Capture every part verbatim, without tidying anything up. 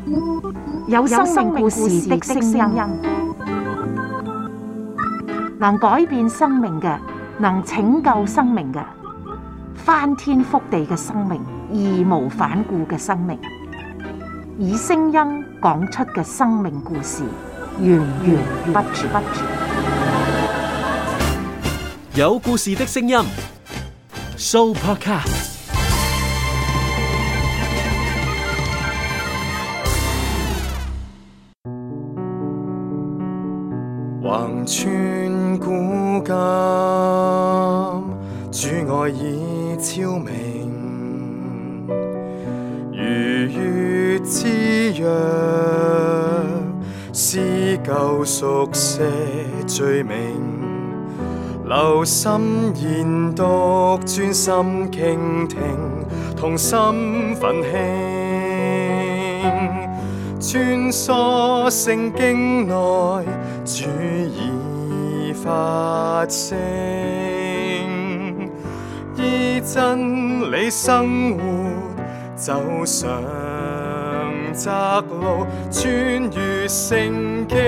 有生命故事的聲音，能改變生命嘅，能拯救生命嘅，翻天覆地嘅生命，義無反顧嘅生命，以聲音講出嘅生命故事，源源不絕。 有故事的聲音 ，Sooopodcast。 橫穿古今，主愛已超明，如月之約，撕舊熟寫罪名，留心研讀，專心傾聽，同心奮興，穿梭聖經內，主已發聲，依真理生活，走上窄路，穿越聖經。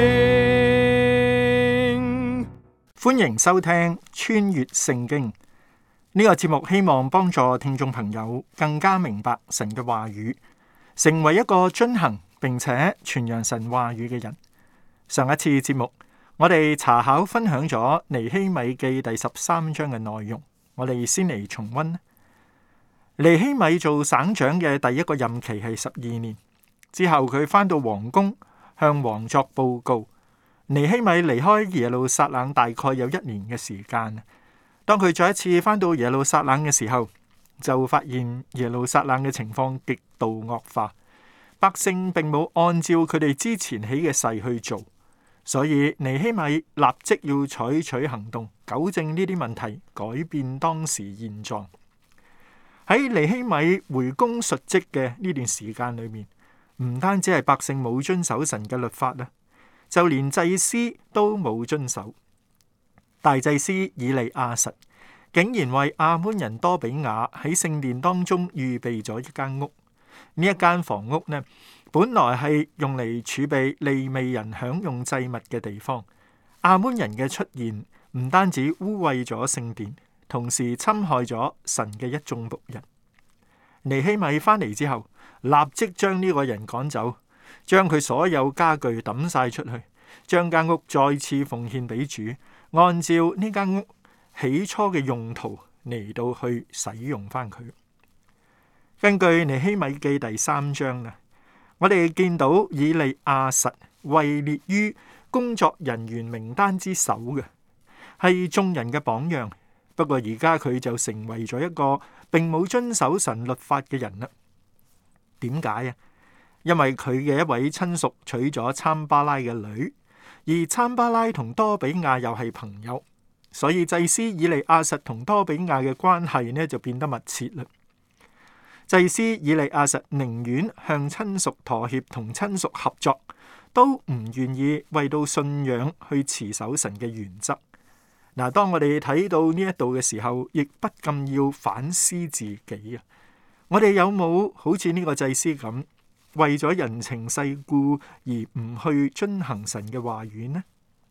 歡迎收聽《穿越聖經》呢個節目，希望幫助聽眾朋友更加明白神嘅話語，成為一個遵行並且傳揚神話語嘅人。上一次節目，我哋查考分享咗尼希米記第十三章嘅內容，我哋先嚟重溫。尼希米做省長嘅第一個任期係十二年，之後佢返到皇宮向王作報告。尼希米離開耶路撒冷大概有一年嘅時間。當佢再一次返到耶路撒冷嘅時候，就發現耶路撒冷嘅情況極度惡化，百姓並冇按照佢哋之前起嘅誓去做。所以尼希米立即要採取行動，糾正呢啲問題，改變當時現狀。喺尼希米回宮述職嘅呢段時間裏面，唔單止係百姓冇遵守神嘅律法啦，就連祭司都冇遵守。大祭司以利亞實竟然為亞捫人多比亞喺聖殿當中預備咗一間屋。呢一間房屋呢，本來係用嚟儲備利未人享用祭物嘅地方。亞捫人嘅出現唔單止污穢咗聖殿，同時侵害咗神嘅一眾僕人。尼希米翻嚟之後，立即將呢個人趕走，將佢所有家具抌晒出去，將間屋再次奉獻俾主，按照呢間屋起初嘅用途嚟到去使用翻佢。根據尼希米記第三章啊，我哋見到以利亞實位列於工作人員名單之首嘅，係眾人嘅榜樣。不過而家佢就成為咗一個並冇遵守神律法嘅人啦。點解啊？因為佢嘅一位親屬娶咗參巴拉嘅女，而參巴拉同多比亞又係朋友，所以祭司以利亞實同多比亞嘅關係呢就變得密切啦。祭司以利亞實寧願向親屬妥協同親屬合作，都唔願意為到信仰去持守神嘅原則。嗱，當我哋睇到呢一度嘅時候，亦不禁要反思自己啊！我哋有冇好似呢個祭司咁，為咗人情世故而唔去遵行神嘅話語呢？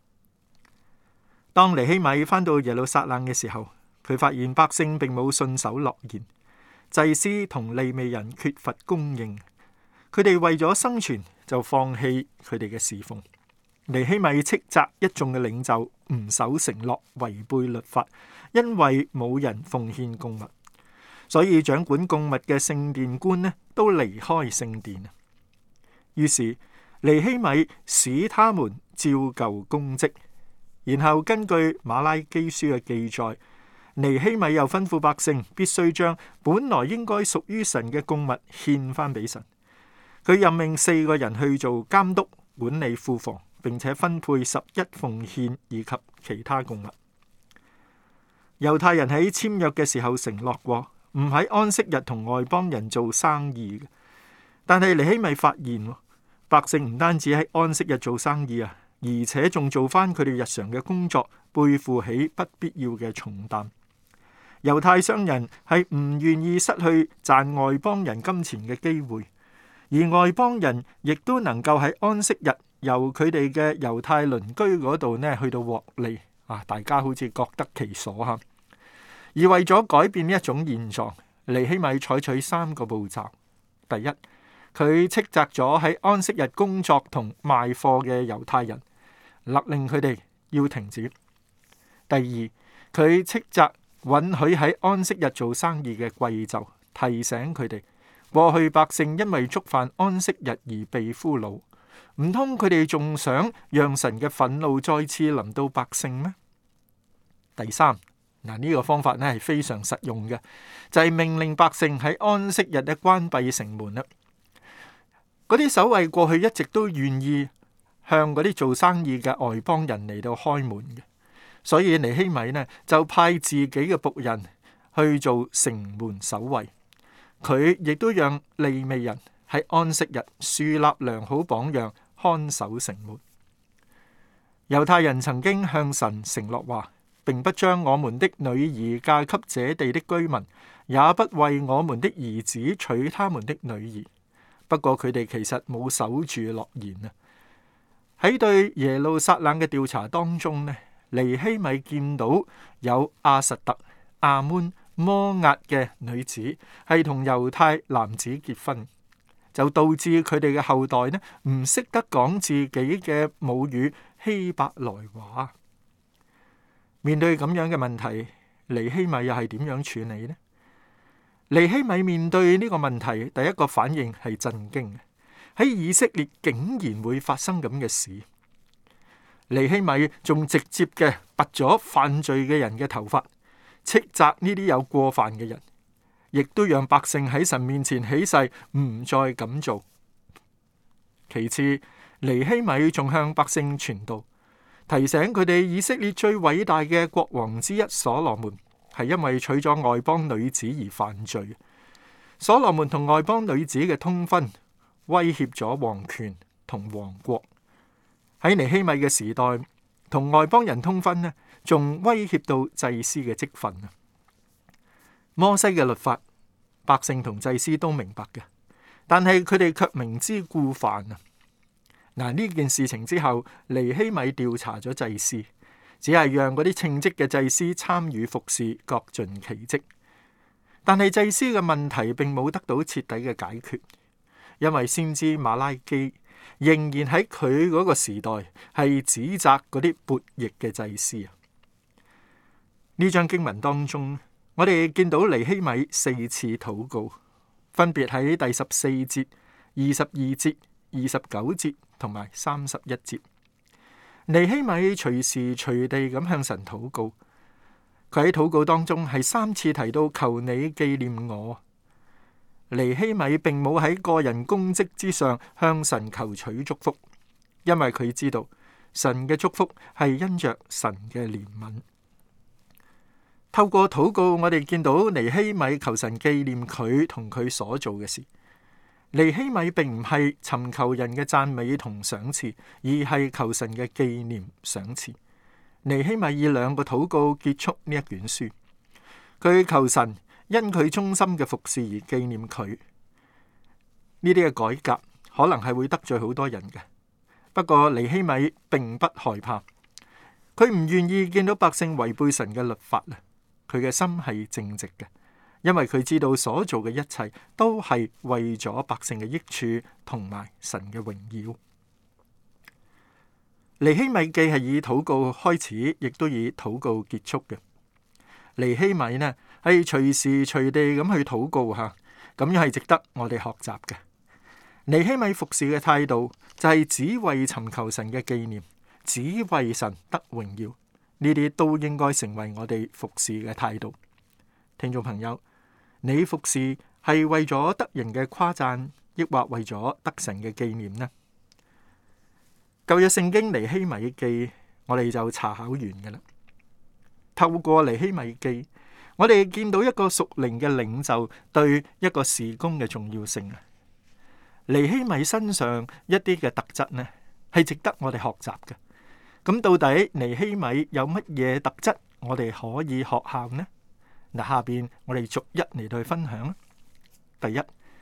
當尼希米返到耶路撒冷嘅時候，佢發現百姓並冇信守諾言。祭司同利未人缺乏供應，佢哋為咗生存就放棄佢哋嘅侍奉。尼希米斥責一眾嘅領袖唔守承諾，違背律法，因為冇人奉獻供物，所以掌管供物嘅聖殿官呢都離開聖殿。於是尼希米使他們照舊供職，然後根據馬拉基書嘅記載，尼希米又吩咐百姓必須將本來應該屬於神嘅供物獻翻俾神。佢任命四個人去做監督，管理庫房，並且分配十一奉獻以及其他供物。猶太人喺簽約嘅時候承諾過，唔喺安息日同外邦人做生意嘅。但係尼希米發現，百姓唔單止喺安息日做生意啊，而且仲做翻佢哋日常嘅工作，背負起不必要嘅重擔。猶太商人係唔願意失去賺外邦人金錢嘅機會， 而外邦人亦都能夠喺安息日由佢哋嘅猶太鄰居嗰度呢去到獲利啊！大家好似各得其所吓。而為咗改變呢一種現狀，尼希米採取三個步驟。第一，佢斥責咗喺安息日工作同賣貨嘅猶太人，勒令佢哋要停止。第二，佢斥責允許喺安息日做生意嘅貴胄，提醒佢哋過去百姓因為觸犯安息日而被俘虜，唔通佢哋仲想讓神嘅憤怒再次臨到百姓咩？第三，嗱，呢個方法咧係非常實用嘅，就係命令百姓喺安息日咧關閉城門啦。嗰啲守衛過去一直都願意向嗰啲做生意嘅外邦人嚟到開門嘅，所以尼希米呢就派自己嘅僕人去做城門守衛。佢亦都讓利未人喺安息日樹立良好榜樣，看守城門。猶太人曾經向神承諾話，並不將我們的女兒嫁給這地的居民，也不為我們的兒子娶他們的女兒。不過佢哋其實冇守住諾言啊！喺對耶路撒冷嘅調查當中呢，尼希米見到有亞實突、亞捫、摩押嘅女子係同猶太男子結婚，就導致佢哋嘅後代呢唔識得講自己嘅母語希伯來話。面對咁樣嘅問題，尼希米又係點樣處理呢？尼希米面對呢個問題，第一個反應係震驚，喺以色列竟然會發生咁嘅事。尼希米仲直接嘅拔咗犯罪嘅人嘅頭髮，斥責呢啲有過犯嘅人，亦都讓百姓喺神面前起誓唔再咁做。其次，尼希米仲向百姓傳道，提醒佢哋以色列最偉大嘅國王之一所羅門係因為娶咗外邦女子而犯罪。所羅門同外邦女子嘅通婚，威脅咗王權同王國。喺尼希米嘅時代，同外邦人通婚呢，仲威脅到祭司嘅職分啊。摩西嘅律法，百姓同祭司都明白嘅，但係佢哋卻明知故犯啊。嗱，呢件事情之後，尼希米調查咗祭司，只係讓嗰啲稱職嘅祭司參與服侍，各盡其職。但係祭司嘅問題並冇得到徹底嘅解決，因為先知馬拉基仍然喺佢嗰個時代係指責嗰啲悖逆嘅祭司啊。呢章經文當中，我哋見到尼希米四次禱告，分別喺第十四節、二十二節、二十九節同埋三十一節。尼希米隨時隨地咁向神禱告，佢喺禱告當中係三次提到求你紀念我。尼希米並冇喺個人功績之上向神求取祝福，因為佢知道神嘅祝福係因着神嘅憐憫。透過禱告，我哋見到尼希米求神紀念佢同佢所做嘅事。尼希米並唔係尋求人嘅讚美同賞賜，而係求神嘅紀念賞賜。尼希米以兩個禱告結束呢一卷書，佢求神因佢忠心嘅服侍而紀念佢。呢啲嘅改革可能係會得罪好多人嘅，不過尼希米並不害怕，佢唔願意見到百姓違背神嘅律法啊！佢嘅心係正直嘅，因為佢知道所做嘅一切都係為咗百姓嘅益處同埋神嘅榮耀。尼希米既係以禱告開始，亦都以禱告結束嘅。尼希米呢係隨時隨地咁去禱告吓，咁樣係值得我哋學習嘅。尼希米服侍嘅態度就係只為尋求神嘅紀念，只為神得榮耀，呢啲都應該成為我哋服侍嘅態度。聽眾朋友，你服侍係為咗得人嘅誇讚，抑或為咗得神嘅紀念呢？舊約聖經尼希米記，我哋就查考完嘅啦。透過尼希米記，我哋見到一個屬靈嘅領袖對一個事工嘅重要性啊。尼希米身上一啲嘅特質呢，係值得我哋學習嘅。咁到底尼希米有乜嘢特質，我哋可以學效呢？嗱，下邊我哋逐一嚟到去分享。第一，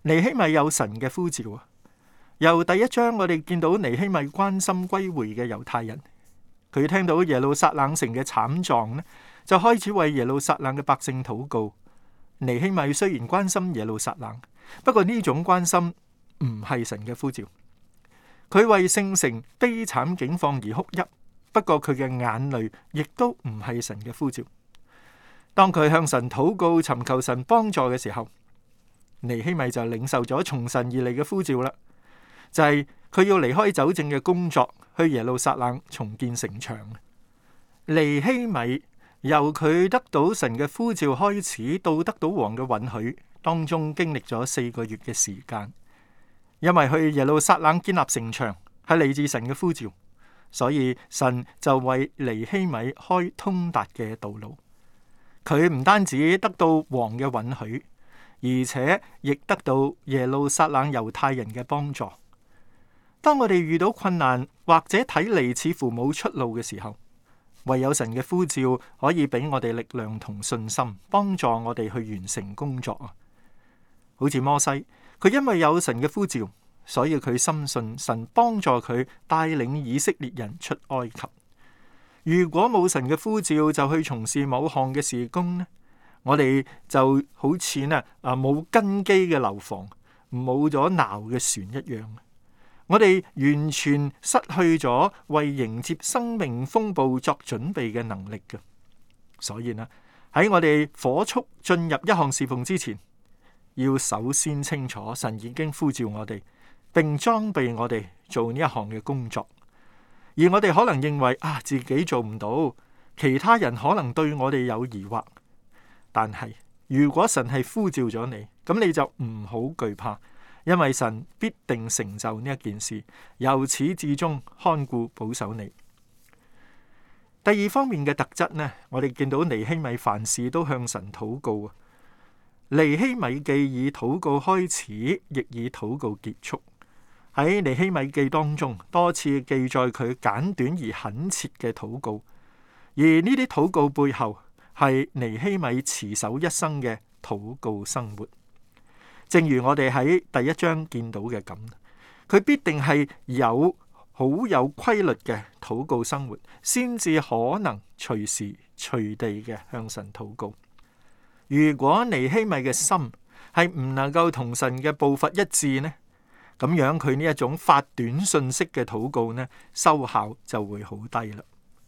尼希米有神嘅呼召啊！由第一章我哋見到尼希米關心歸回嘅猶太人，佢聽到耶路撒冷城嘅慘狀呢，就開始為耶路撒冷嘅百姓禱告。尼希米雖然關心耶路撒冷，不過呢種關心唔係神嘅呼召。佢為聖城悲慘境況而哭泣，不過佢嘅眼淚亦都唔係神嘅呼召。當佢向神禱告尋求神幫助嘅時候，尼希米就領受咗從神而嚟嘅呼召啦，就係佢要離開酒政嘅工作，去耶路撒冷重建城牆。尼希米由佢得到神嘅呼召開始，到得到王嘅允許，當中經歷咗四個月嘅時間。因為去耶路撒冷建立城牆係嚟自神嘅呼召，所以神就為尼希米開通達嘅道路。佢唔單止得到王嘅允許，而且亦得到耶路撒冷猶太人嘅幫助。當我哋遇到困難或者睇嚟似乎冇出路嘅時候，唯有神嘅呼召可以俾我哋力量同信心，幫助我哋去完成工作啊！好似摩西，佢因為有神嘅呼召，所以佢深信神幫助佢帶領以色列人出埃及。如果冇神嘅呼召就去從事某項嘅事工呢，我哋就好似呢啊冇根基嘅樓房，冇咗錨嘅船一樣。我哋完全失去咗為迎接生命風暴作準備嘅能力嘅。所以呢，喺我哋火速進入一項侍奉之前，要首先清楚神已經呼召我哋，並裝備我哋做呢一項嘅工作。而我哋可能認為啊自己做唔到，其他人可能對我哋有疑惑。但係如果神係呼召咗你，咁你就唔好懼怕。因為神必定成就呢一件事，由始至終看顧保守你。第二方面嘅特質呢，我哋見到尼希米凡事都向神禱告啊。尼希米記以禱告開始，亦以禱告結束。喺尼希米記當中，多次記載佢簡短而懇切嘅禱告，而呢啲禱告背後係尼希米持守一生嘅禱告生活。正如我哋喺第一章見到嘅咁，佢必定係有好有規律嘅禱告生活，先至可能隨時隨地嘅向神禱告。如果尼希米嘅心係唔能夠同神嘅步伐一致呢，咁樣佢呢一種發短信息嘅禱告呢，收效就會好低啦。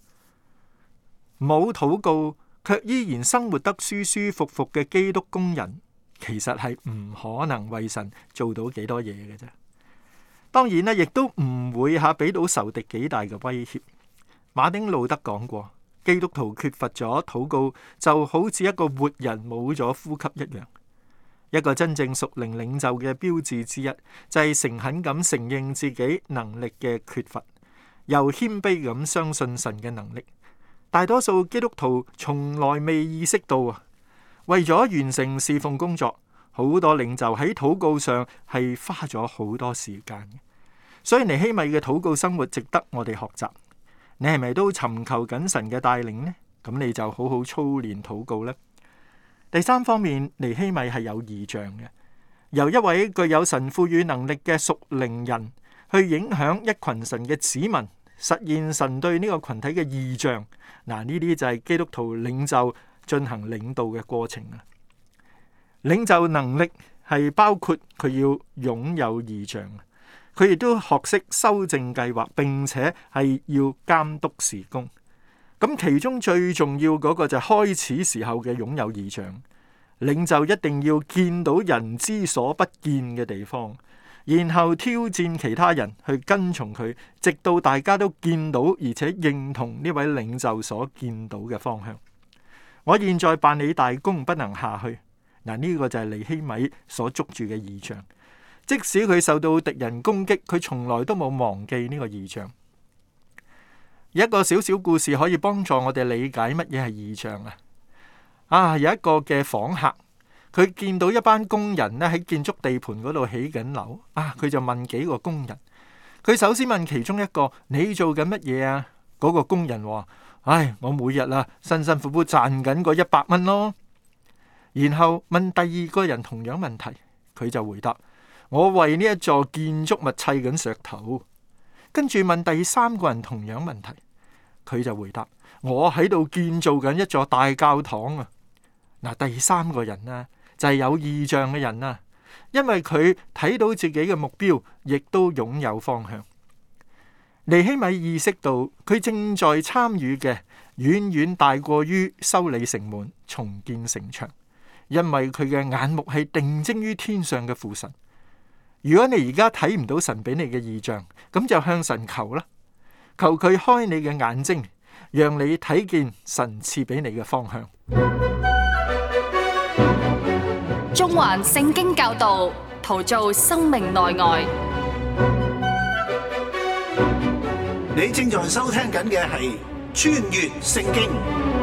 冇禱告卻依然生活得舒舒服服嘅基督工人，其實係唔可能為神做到幾多嘢嘅啫。當然咧，亦都唔會吓俾到仇敵幾大嘅威脅。馬丁路德講過，基督徒缺乏咗禱告，就好似一個活人冇咗呼吸一樣。一個真正屬靈領袖嘅標誌之一，就係誠懇咁承認自己能力嘅缺乏，又謙卑咁相信神嘅能力。大多數基督徒從來未意識到啊。為咗完成侍奉工作，好多領袖喺禱告上係花咗好多時間。所以尼希米嘅禱告生活值得我哋學習。你係咪都尋求緊神嘅帶領呢？咁你就好好操練禱告啦。第三方面，尼希米係有異象嘅，由一位具有神賦予能力嘅屬靈人去影響一群神嘅子民，實現神對呢個群體嘅異象。嗱，呢啲就係基督徒領袖進行領導嘅過程啊！領袖能力係包括佢要擁有異象，佢亦都學識修正計劃，並且係要監督事工。咁其中最重要嗰個就係開始時候嘅擁有異象。領袖一定要見到人之所不見嘅地方，然後挑戰其他人去跟從佢，直到大家都見到而且認同呢位領袖所見到嘅方向。我現在辦理大工，不能下去。嗱，呢個就係尼希米所捉住嘅異象。即使佢受到敵人攻擊，佢從來都冇忘記呢個異象。一個小小故事可以幫助我哋理解乜嘢係異象啊！啊，有一個嘅訪客，佢見到一班工人咧喺建築地盤嗰度起緊樓啊，佢就問幾個工人。佢首先問其中一個：你做緊乜嘢啊？嗰個工人話：唉，我每日啊辛辛苦苦賺緊個一百蚊咯。然後問第二個人同樣問題，佢就回答： 我為呢一座建築物砌緊石頭。跟住問第三個人同樣問題，佢就回答：我喺度建造緊一座大教堂啊！嗱，第三個人呢，就係有異象嘅人啊，因為佢睇到自己嘅目標，亦都擁有方向。尼希米意識到佢正在參與嘅遠遠大過於修理城門、重建城牆，因為佢嘅眼目係定睛於天上嘅父神。如果你而家睇唔到神俾你嘅異象，咁就向神求啦，求佢開你嘅眼睛，讓你睇見神賜俾你嘅方向。 中環聖經教導，陶造生命內外。 你正在收聽緊嘅係穿越聖經。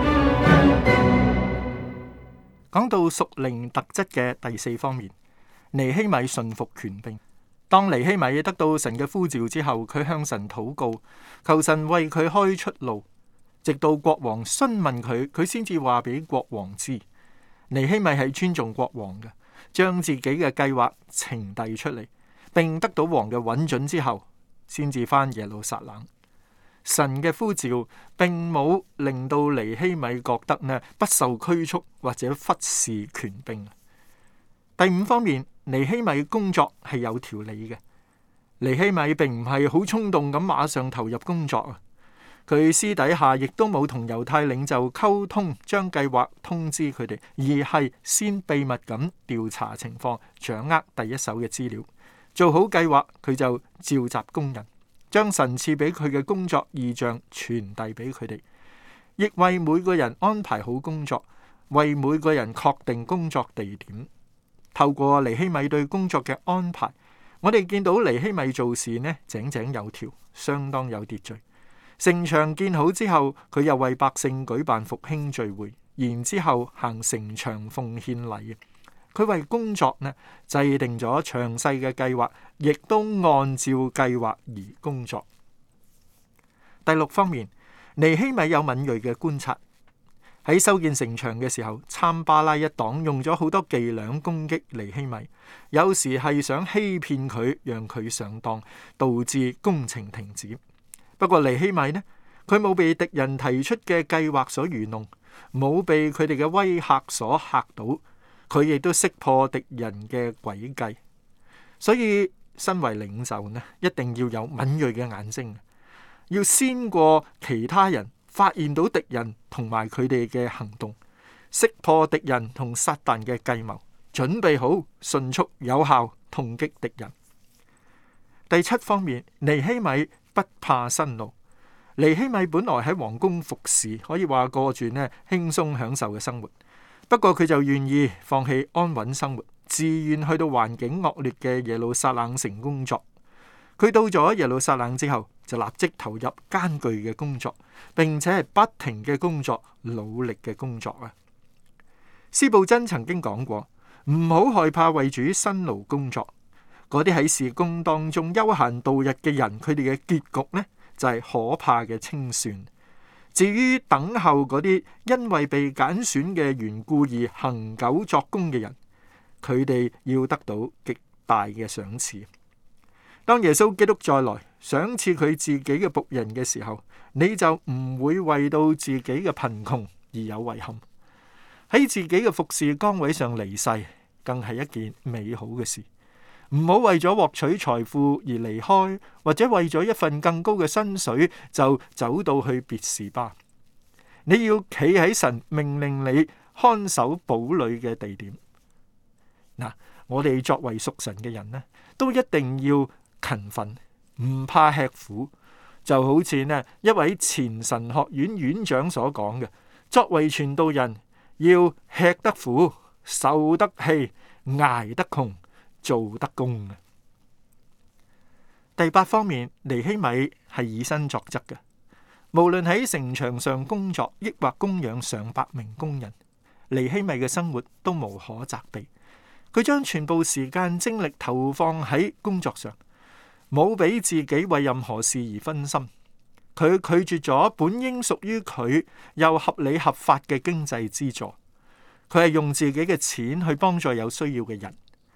講到屬靈特質嘅第四方面，尼希米順服權柄。當尼希米得到神嘅呼召之後，佢向神禱告，求神為佢開出路，直到國王詢問佢，佢先至話俾國王知。尼希米係尊重國王嘅，將自己嘅計劃呈遞出嚟，並得到王嘅允准之後，先至返耶路撒冷。神嘅呼召並冇令到尼希米覺得呢不受拘束或者忽視權柄。第五方面，尼希米工作係有條理嘅。尼希米並唔係好衝動咁馬上投入工作啊，佢私底下亦都冇同猶太領袖溝通，將計劃通知佢哋，而係先秘密咁調查情況，掌握第一手嘅資料，做好計劃，佢就召集工人，將神賜俾佢嘅工作異象傳遞俾佢哋，亦為每個人安排好工作，為每個人確定工作地點。透過尼希米對工作嘅安排，我哋見到尼希米做事呢井井有條，相當有秩序。城牆建好之後，佢又為百姓舉辦復興聚會，然之後行城牆奉獻禮。佢為工作呢制定咗詳細嘅計劃，亦都按照計劃而工作。第六方面，尼希米有敏銳嘅觀察。喺修建城牆嘅時候，參巴拉一黨用咗好多伎倆攻擊尼希米，有時係想欺騙佢，讓佢上當，導致工程停止。不過尼希米呢，佢冇被敵人提出嘅計劃所愚弄，冇被佢哋嘅威嚇所嚇到，佢亦都識破敵人嘅詭計。所以身為領袖呢，一定要有敏銳嘅眼睛，要先過其他人發現到敵人同埋佢哋嘅行動，識破敵人同撒旦嘅計謀，準備好迅速有效痛擊敵人。第七方面，尼希米不怕辛勞。尼希米本來喺皇宮服侍，可以話過住呢輕鬆享受嘅生活，不過佢就願意放棄安穩生活，自願去到環境惡劣嘅耶路撒冷城工作。佢到咗耶路撒冷之後，就立即投入艱巨嘅工作，並且係不停嘅工作，努力嘅工作啊！司布真曾經講過，唔好害怕為主辛勞工作。嗰啲喺事工當中悠閒度日嘅人，佢哋嘅結局呢，就係可怕嘅清算。至於等候嗰啲因為被揀選嘅緣故而恒久作工嘅人，佢哋要得到極大嘅賞賜。當耶穌基督再來賞賜佢自己嘅僕人嘅時候，你就唔會為到自己嘅貧窮而有遺憾。喺自己嘅服侍崗位上離世，更係一件美好嘅事。唔好為咗獲取財富而離開，或者為咗一份更高嘅薪水就走到去別是巴。你要企喺神命令你看守堡壘嘅地點。嗱，我哋作為屬神嘅人呢，都一定要勤奮，唔怕吃苦。就好似呢一位前神學院院長所講嘅，作為傳道人要吃得苦、受得氣、捱得窮、做得工。第八方面，尼希米係以身作則嘅。無論喺城牆上工作，抑或供養上百名工人，尼希米嘅生活都無可責備。佢將全部時間精力投放喺工作上，冇俾自己為任何事而分心。佢拒絕咗本應屬於佢又合理合法嘅經濟資助。佢係用自己嘅錢去幫助有需要嘅人。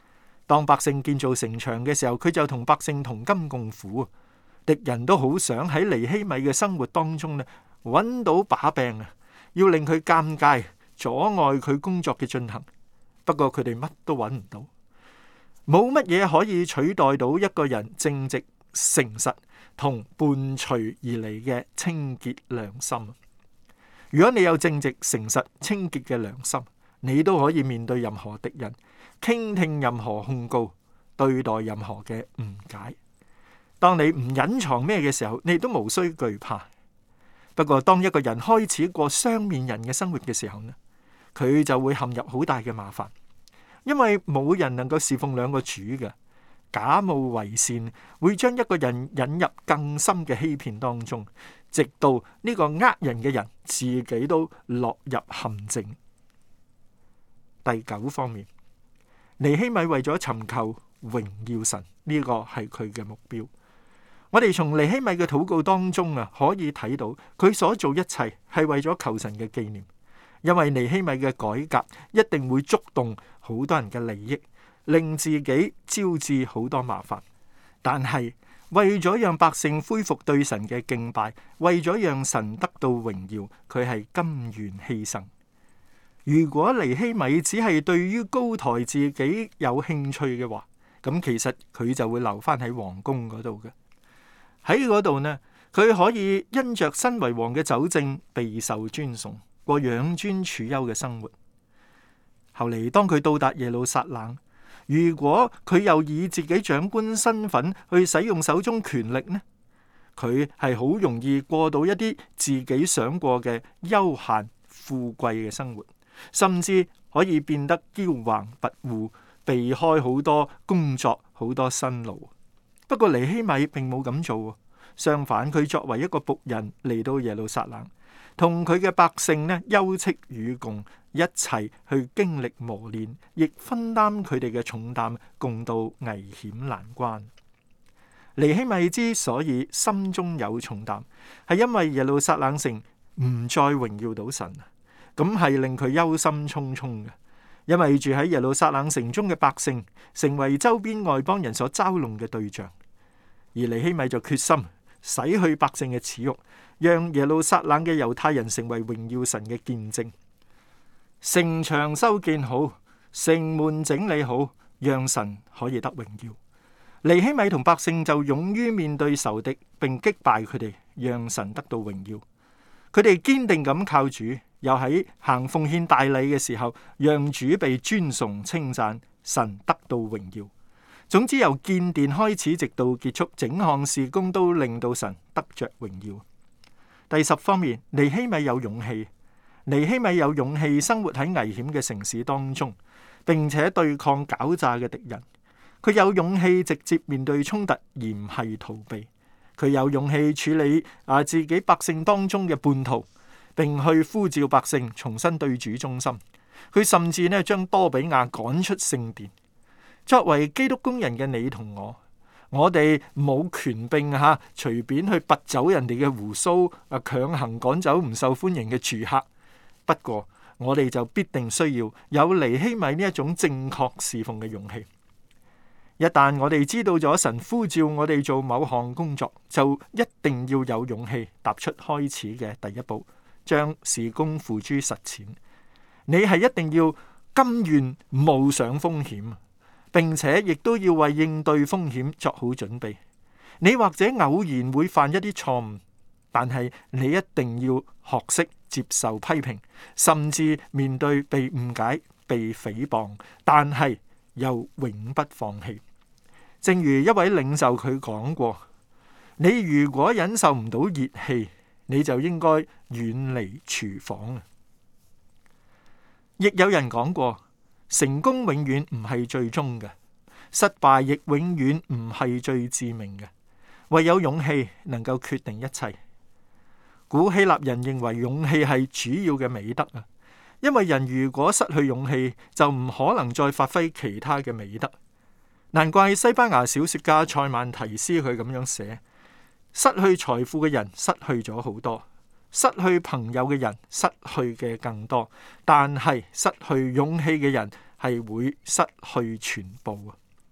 當百姓建造城牆嘅時候，佢就同百姓同甘共苦。敵人都好想喺尼希米嘅生活當中呢，揾到把柄啊，要令佢尷尬，阻礙佢工作嘅進行。不過佢哋乜都揾唔到，冇乜嘢可以取代到一個人正直、誠實同伴隨而嚟嘅清潔良心。如果你有正直、誠實、清潔嘅良心，你都可以面對任何敵人，傾聽任何控告，對待任何嘅誤解。當你唔隱藏咩嘅時候，你都無需懼怕。不過當一個人開始過雙面人嘅生活嘅時候呢，佢就會陷入好大嘅麻煩，因為冇人能夠侍奉兩個主嘅。假冒為善會將一個人引入更深嘅欺騙當中，直到呢個呃人嘅人自己都落入陷阱。第九方面，尼希米為咗尋求榮耀神，呢個係佢嘅目標。我哋從尼希米嘅禱告當中啊，可以睇到佢所做一切係為咗求神嘅紀念，因為尼希米嘅改革一定會觸動好多人嘅利益，令自己招致好多麻煩。但係為咗讓百姓恢復對神嘅敬拜，為咗讓神得到榮耀，佢係甘願犧牲。如果尼希米只係對於高抬自己有興趣嘅話，咁其實佢就會留翻喺皇宮嗰度嘅。喺嗰度呢，佢可以因着身為王嘅酒政備受尊崇，過養尊處優嘅生活。後嚟當佢到達耶路撒冷，如果佢又以自己長官身份去使用手中權力呢，佢係好容易過到一啲自己想過嘅悠閒富貴嘅生活，甚至可以變得驕橫跋扈，避開好多工作、好多辛勞。不過尼希米並冇咁做，相反佢作為一個僕人嚟到耶路撒冷，同佢嘅百姓呢休戚與共，一齊去經歷磨練，亦分擔佢哋嘅重擔，共度危險難關。尼希米之所以心中有重擔，係因為耶路撒冷城唔再榮耀到神，咁係令佢憂心忡忡嘅。因為住喺耶路撒冷城中嘅百姓，成為周邊外邦人所嘲弄嘅對象。而尼希米就決心洗去百姓嘅恥辱，讓耶路撒冷嘅猶太人成為榮耀神嘅見證。城牆修建好，城門整理好，讓神可以得榮耀。尼希米同百姓就勇於面對仇敵，並擊敗佢哋，讓神得到榮耀。佢哋堅定咁靠主，又喺行奉獻大禮嘅時候，讓主被尊崇稱讚，神得到榮耀。總之由建殿開始直到結束，整項事工都令到神得着榮耀。第十方面，尼希米有勇氣，尼希米有勇氣生活喺危險嘅城市當中，並且對抗狡詐嘅敵人。佢有勇氣直接面對衝突，而唔係逃避。佢有勇氣處理啊自己百姓當中嘅叛徒，並去呼召百姓重新對主忠心。佢甚至呢將多比亞趕出聖殿。作為基督工人嘅你同我，我哋冇權柄吓隨便去拔走人哋嘅鬍鬚，啊強行趕走唔受歡迎嘅住客。不過我哋就必定需要有尼希米呢一種正確侍奉嘅勇氣。一旦我哋知道咗神呼召我哋做某項工作，就一定要有勇氣踏出開始嘅第一步，將事工付諸實踐。你係一定要甘願冒上風險，並且亦都要為應對風險作好準備。你或者偶然會犯一啲錯誤，但係你一定要學識接受批評，甚至面對被誤解、被誹謗，但係又永不放棄。正如一位領袖佢講過，你如果忍受唔到熱氣，你就應該遠離廚房啊！亦有人講過，成功永遠唔係最終嘅，失敗亦永遠唔係最致命嘅。唯有勇氣能夠決定一切。古希臘人認為勇氣係主要嘅美德啊，因為人如果失去勇氣，就唔可能再發揮其他嘅美德。難怪西班牙小說家塞萬提斯佢咁樣寫：失去財富嘅人失去咗好多，失去朋友嘅人失去嘅更多，但係失去勇氣嘅人係會失去全部啊！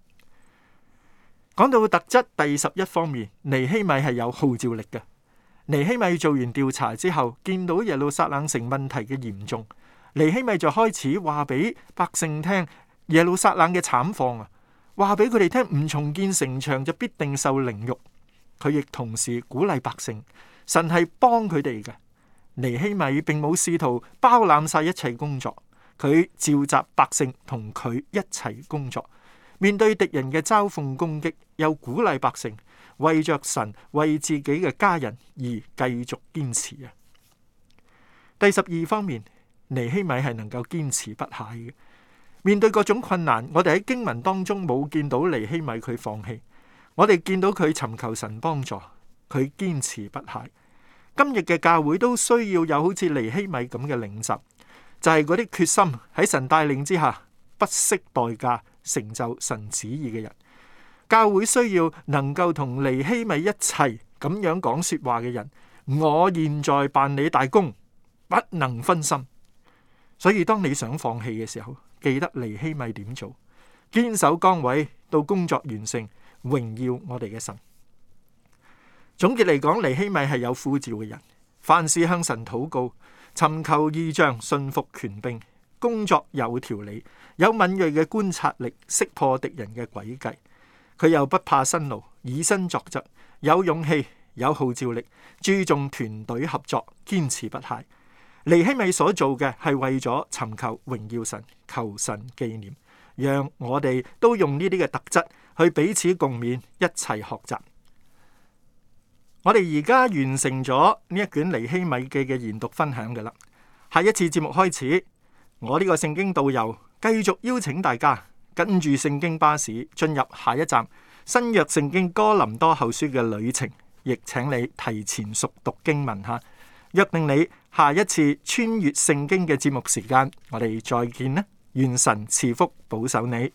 講到特質第十一方面，尼希米係有號召力嘅。尼希米做完調查之後，見到耶路撒冷城問題嘅嚴重，尼希米就開始話俾百姓聽耶路撒冷嘅慘況啊，話俾佢哋聽唔重建城牆就必定受凌辱。佢亦同時鼓勵百姓，神係幫佢哋嘅。尼希米並冇試圖包攬晒一切工作，佢召集百姓同佢一齊工作，面對敵人嘅嘲諷攻擊，又鼓勵百姓為着神、為自己嘅家人而繼續堅持啊。第十二方面，尼希米係能夠堅持不懈嘅。面對各種困難，我哋喺經文當中冇見到尼希米佢放棄，我哋見到佢尋求神幫助，佢堅持不懈。今日嘅教會都需要有好似尼希米咁嘅領袖，就係嗰啲決心喺神帶領之下不惜代價成就神旨意嘅人。教會需要能夠同尼希米一齊咁樣講說話嘅人。我現在辦理大工，不能分心。所以當你想放棄嘅時候，記得尼希米點做，堅守崗位到工作完成，榮耀我哋嘅神。總結嚟講，尼希米係有呼召嘅人，凡事向神禱告，尋求異象，順服權柄，工作有條理，有敏銳嘅觀察力，識破敵人嘅詭計。佢又不怕辛勞，以身作則，有勇氣，有號召力，注重團隊合作，堅持不懈。尼希米所做嘅係為咗尋求榮耀神，求神紀念，讓我哋都用呢啲嘅特質去彼此共勉，一齊學習。我哋而家完成咗呢一卷尼希米記嘅研讀分享嘅啦。下一次節目開始，我呢個聖經導遊繼續邀請大家跟住聖經巴士進入下一站新約聖經哥林多後書嘅旅程，亦請你提前熟讀經文吓。約定你下一次穿越聖經嘅節目時間，我哋再見啦！願神賜福保守你。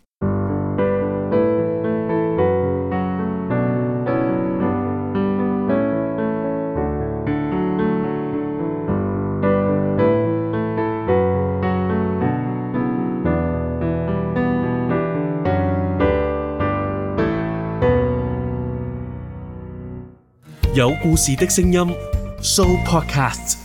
有故事的聲音 Show Podcast。